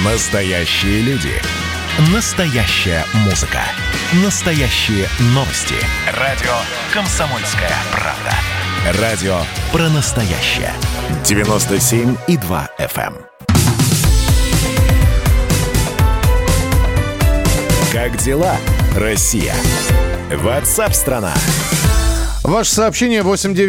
Настоящие люди. Настоящая музыка. Настоящие новости. Радио «Комсомольская правда». Радио про настоящее. 97,2 FM. Как дела, Россия? WhatsApp-страна. Ваше сообщение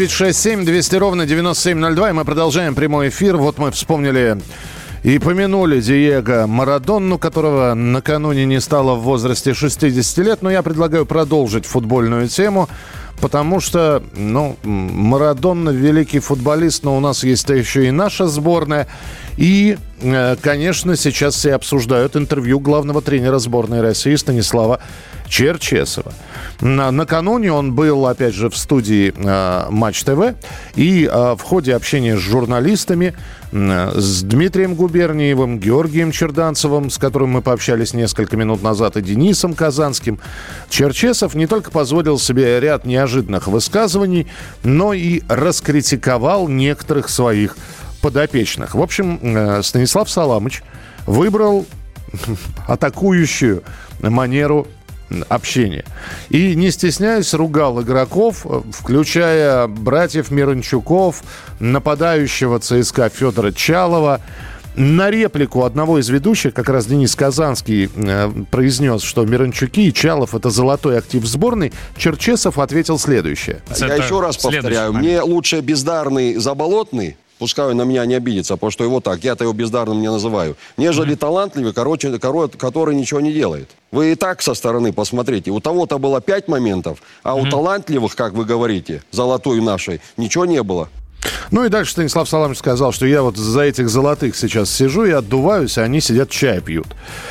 8967-200-97-02. И мы продолжаем прямой эфир. Вот мы вспомнили и помянули Диего Марадонну, которого накануне не стало в возрасте 60 лет. Но я предлагаю продолжить футбольную тему, потому что, Марадонна великий футболист, но у нас есть еще и наша сборная. И, конечно, сейчас все обсуждают интервью главного тренера сборной России Станислава Черчесова. Накануне он был, опять же, в студии Матч ТВ. И в ходе общения с журналистами, с Дмитрием Губерниевым, Георгием Черданцевым, с которым мы пообщались несколько минут назад, и Денисом Казанским, Черчесов не только позволил себе ряд неожиданных высказываний, но и раскритиковал некоторых своих подопечных. В общем, Станислав Саламыч выбрал атакующую манеру общения. И, не стесняясь, ругал игроков, включая братьев Миранчуков, нападающего ЦСКА Федора Чалова. На реплику одного из ведущих, как раз Денис Казанский, произнес, что Миранчуки и Чалов – это золотой актив сборной, Черчесов ответил следующее. Я еще раз повторяю, мне лучше бездарный Заболотный, пускай он на меня не обидится, потому что его так, я-то его бездарным не называю, нежели талантливый, который ничего не делает. Вы и так со стороны посмотрите. У того-то было 5 моментов, а у талантливых, как вы говорите, золотой нашей, ничего не было. Ну и дальше Станислав Саламович сказал, что я вот за этих золотых сейчас сижу и отдуваюсь, а они сидят чай пьют.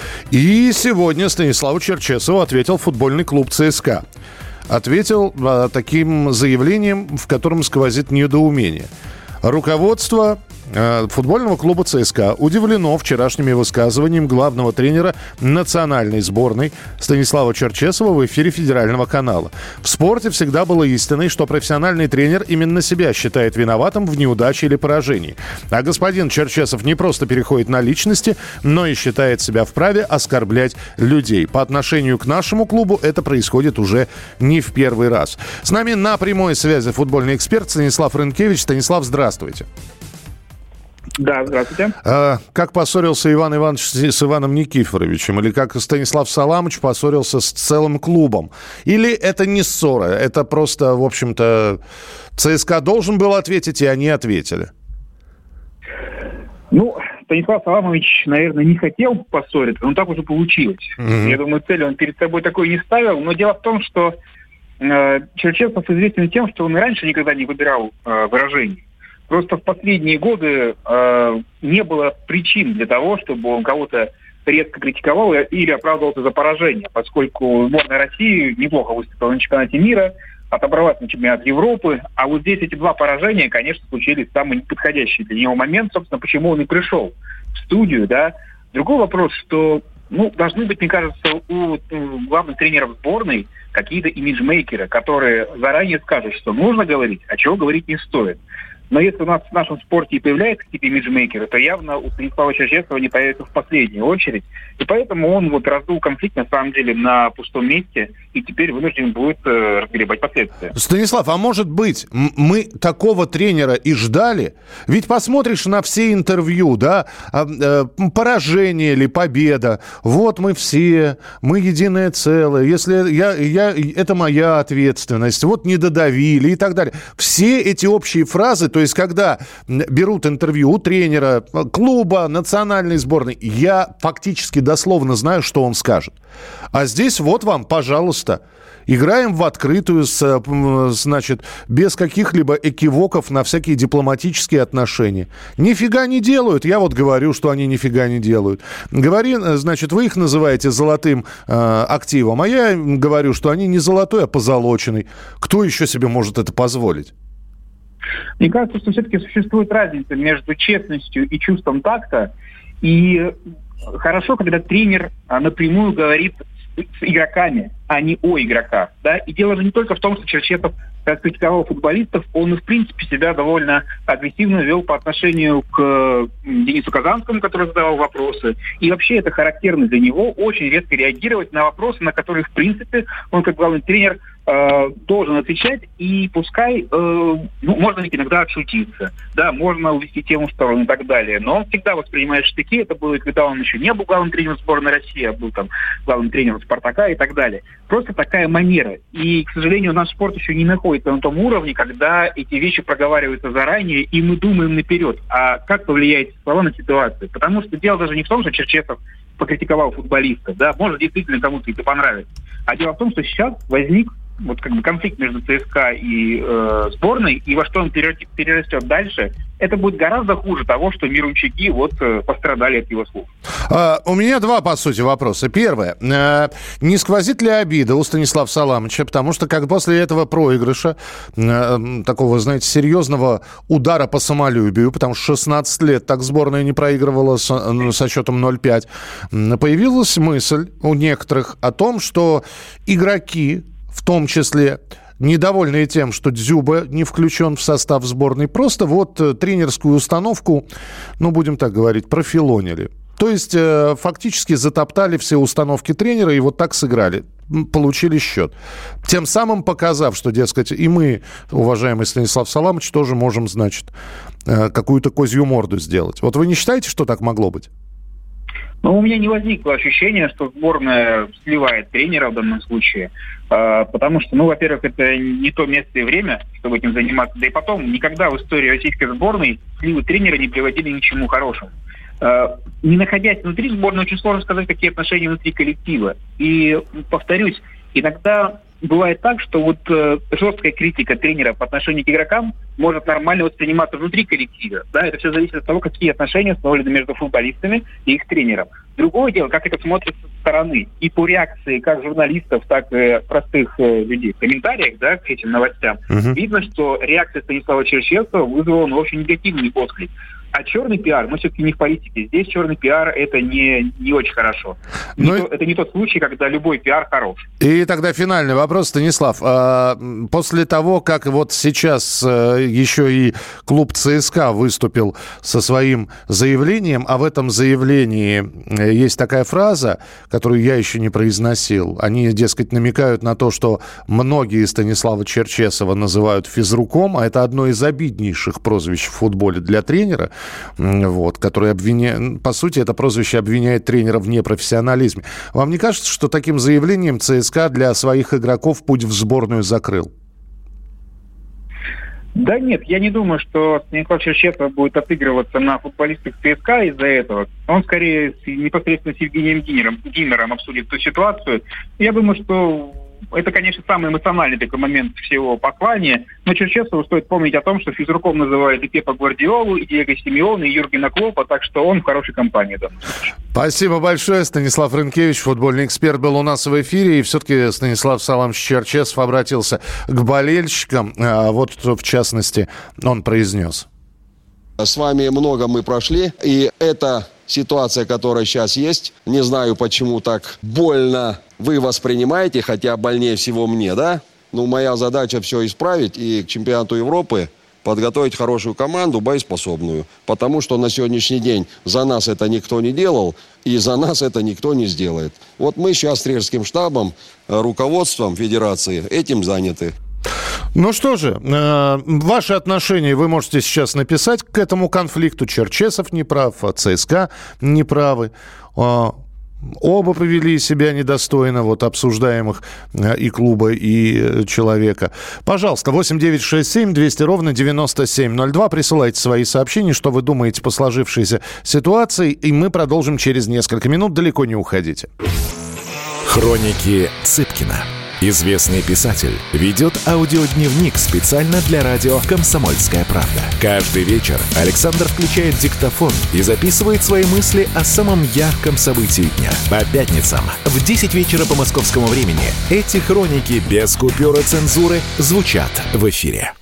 И сегодня Станиславу Черчесову ответил футбольный клуб ЦСКА. Ответил таким заявлением, в котором сквозит недоумение. Руководство футбольного клуба ЦСКА удивлено вчерашними высказываниями главного тренера национальной сборной Станислава Черчесова в эфире федерального канала. В спорте всегда было истиной, что профессиональный тренер именно себя считает виноватым в неудаче или поражении. А господин Черчесов не просто переходит на личности, но и считает себя вправе оскорблять людей. По отношению к нашему клубу это происходит уже не в первый раз. С нами на прямой связи футбольный эксперт Станислав Рынкевич. Станислав, здравствуйте. Да, здравствуйте. Как поссорился Иван Иванович с Иваном Никифоровичем? Или как Станислав Саламыч поссорился с целым клубом? Или это не ссора? Это просто, в общем-то, ЦСКА должен был ответить, и они ответили? Станислав Саламович, наверное, не хотел поссориться, но так уже получилось. Я думаю, цель он перед собой такой не ставил. Но дело в том, что Черчесов известен тем, что он и раньше никогда не выбирал выражений. Просто в последние годы не было причин для того, чтобы он кого-то резко критиковал или оправдывался за поражение, поскольку сборная России неплохо выступила на чемпионате мира, отобралась на чемпионат Европы, а вот здесь эти 2 поражения, конечно, случились в самый неподходящий для него момент, собственно, почему он и пришел в студию, да. Другой вопрос, что, должны быть, мне кажется, у главных тренеров сборной какие-то имиджмейкеры, которые заранее скажут, что нужно говорить, а чего говорить не стоит. Но если у нас в нашем спорте и появляются какие-то имиджмейкеры, то явно у Станислава Черчесова не появится в последнюю очередь. И поэтому он раздул конфликт, на самом деле, на пустом месте, и теперь вынужден будет разгребать последствия. Станислав, а может быть, мы такого тренера и ждали? Ведь посмотришь на все интервью, да, поражение или победа. Вот мы все, мы единое целое. Если это моя ответственность, вот не додавили и так далее. Все эти общие фразы, то есть, когда берут интервью у тренера клуба, национальной сборной, я фактически дословно знаю, что он скажет. А здесь вот вам, пожалуйста, играем в открытую, значит, без каких-либо экивоков на всякие дипломатические отношения. Нифига не делают. Я вот говорю, что они нифига не делают. Значит, вы их называете золотым активом, а я говорю, что они не золотой, а позолоченный. Кто еще себе может это позволить? Мне кажется, что все-таки существует разница между честностью и чувством такта. И хорошо, когда тренер напрямую говорит с игроками, а не о игроках. Да? И дело же не только в том, что Черчесов критиковал футболистов, он, в принципе, себя довольно агрессивно вел по отношению к Денису Казанскому, который задавал вопросы. И вообще это характерно для него, очень резко реагировать на вопросы, на которые, в принципе, он как главный тренер должен отвечать, и пускай можно ведь иногда отшутиться, да, можно увести тему в сторону и так далее, но он всегда воспринимает штыки. Это было, когда он еще не был главным тренером сборной России, а был там главным тренером «Спартака» и так далее. Просто такая манера. И, к сожалению, наш спорт еще не находится на том уровне, когда эти вещи проговариваются заранее, и мы думаем наперед, а как повлияет слова на ситуацию. Потому что дело даже не в том, что Черчесов покритиковал футболиста, да, может, действительно кому-то это понравится. А дело в том, что сейчас возник конфликт между ЦСКА и сборной, и во что он перерастет дальше, это будет гораздо хуже того, что мировички пострадали от его слов. У меня два, по сути, вопроса. Первое. Не сквозит ли обида у Станислава Саламовича? Потому что как после этого проигрыша, такого, знаете, серьезного удара по самолюбию, потому что 16 лет так сборная не проигрывала со счетом 0-5, появилась мысль у некоторых о том, что игроки, в том числе недовольные тем, что Дзюба не включен в состав сборной, просто тренерскую установку, будем так говорить, профилонили. То есть фактически затоптали все установки тренера и вот так сыграли. Получили счет. Тем самым показав, что, дескать, и мы, уважаемый Станислав Саламович, тоже можем, какую-то козью морду сделать. Вот вы не считаете, что так могло быть? У меня не возникло ощущения, что сборная сливает тренера в данном случае, потому что, во-первых, это не то место и время, чтобы этим заниматься, да и потом никогда в истории российской сборной сливы тренера не приводили ни к чему хорошему. Не находясь внутри сборной, очень сложно сказать, какие отношения внутри коллектива. И, повторюсь, иногда бывает так, что жесткая критика тренера по отношению к игрокам может нормально восприниматься внутри коллектива. Да, это все зависит от того, какие отношения установлены между футболистами и их тренером. Другое дело, как это смотрится со стороны. И по реакции как журналистов, так и простых людей в комментариях, да, к этим новостям, видно, что реакция Станислава Черчесова вызвала очень негативный отклик. А черный пиар, мы все-таки не в политике. Здесь черный пиар – это не очень хорошо. Это не тот случай, когда любой пиар хорош. И тогда финальный вопрос, Станислав. После того, как сейчас еще и клуб ЦСКА выступил со своим заявлением, а в этом заявлении есть такая фраза, которую я еще не произносил. Они, дескать, намекают на то, что многие Станислава Черчесова называют физруком, а это одно из обиднейших прозвищ в футболе для тренера, который обвиняет, по сути, это прозвище обвиняет тренера в непрофессионализме. Вам не кажется, что таким заявлением ЦСКА для своих игроков путь в сборную закрыл? Да нет, я не думаю, что Станислав Черчесов будет отыгрываться на футболистах ЦСКА из-за этого. Он скорее непосредственно с Евгением Гимнером обсудит эту ситуацию. Я думаю, что это, конечно, самый эмоциональный такой момент всего послания, но Черчесову стоит помнить о том, что физруком называют и Пепа Гвардиолу, и Диего Симеона, и Юргена Клопа, так что он в хорошей компании. Да. Спасибо большое. Станислав Рынкевич, футбольный эксперт, был у нас в эфире, и все-таки Станислав Саламович Черчесов обратился к болельщикам. В частности, он произнес. С вами много мы прошли, и эта ситуация, которая сейчас есть, не знаю, почему так больно вы воспринимаете, хотя больнее всего мне, да? Моя задача все исправить и к чемпионату Европы подготовить хорошую команду, боеспособную. Потому что на сегодняшний день за нас это никто не делал, и за нас это никто не сделает. Мы сейчас с тренерским штабом, руководством федерации этим заняты. Что же, ваши отношения вы можете сейчас написать к этому конфликту. Черчесов не прав, а ЦСКА не правы. Оба повели себя недостойно обсуждаемых и клуба, и человека. Пожалуйста, 8-967-200-97-02. Присылайте свои сообщения, что вы думаете по сложившейся ситуации, и мы продолжим через несколько минут. Далеко не уходите. Хроники Цыпкина. Известный писатель ведет аудиодневник специально для радио «Комсомольская правда». Каждый вечер Александр включает диктофон и записывает свои мысли о самом ярком событии дня. По пятницам в 10 вечера по московскому времени эти хроники без купюр и цензуры звучат в эфире.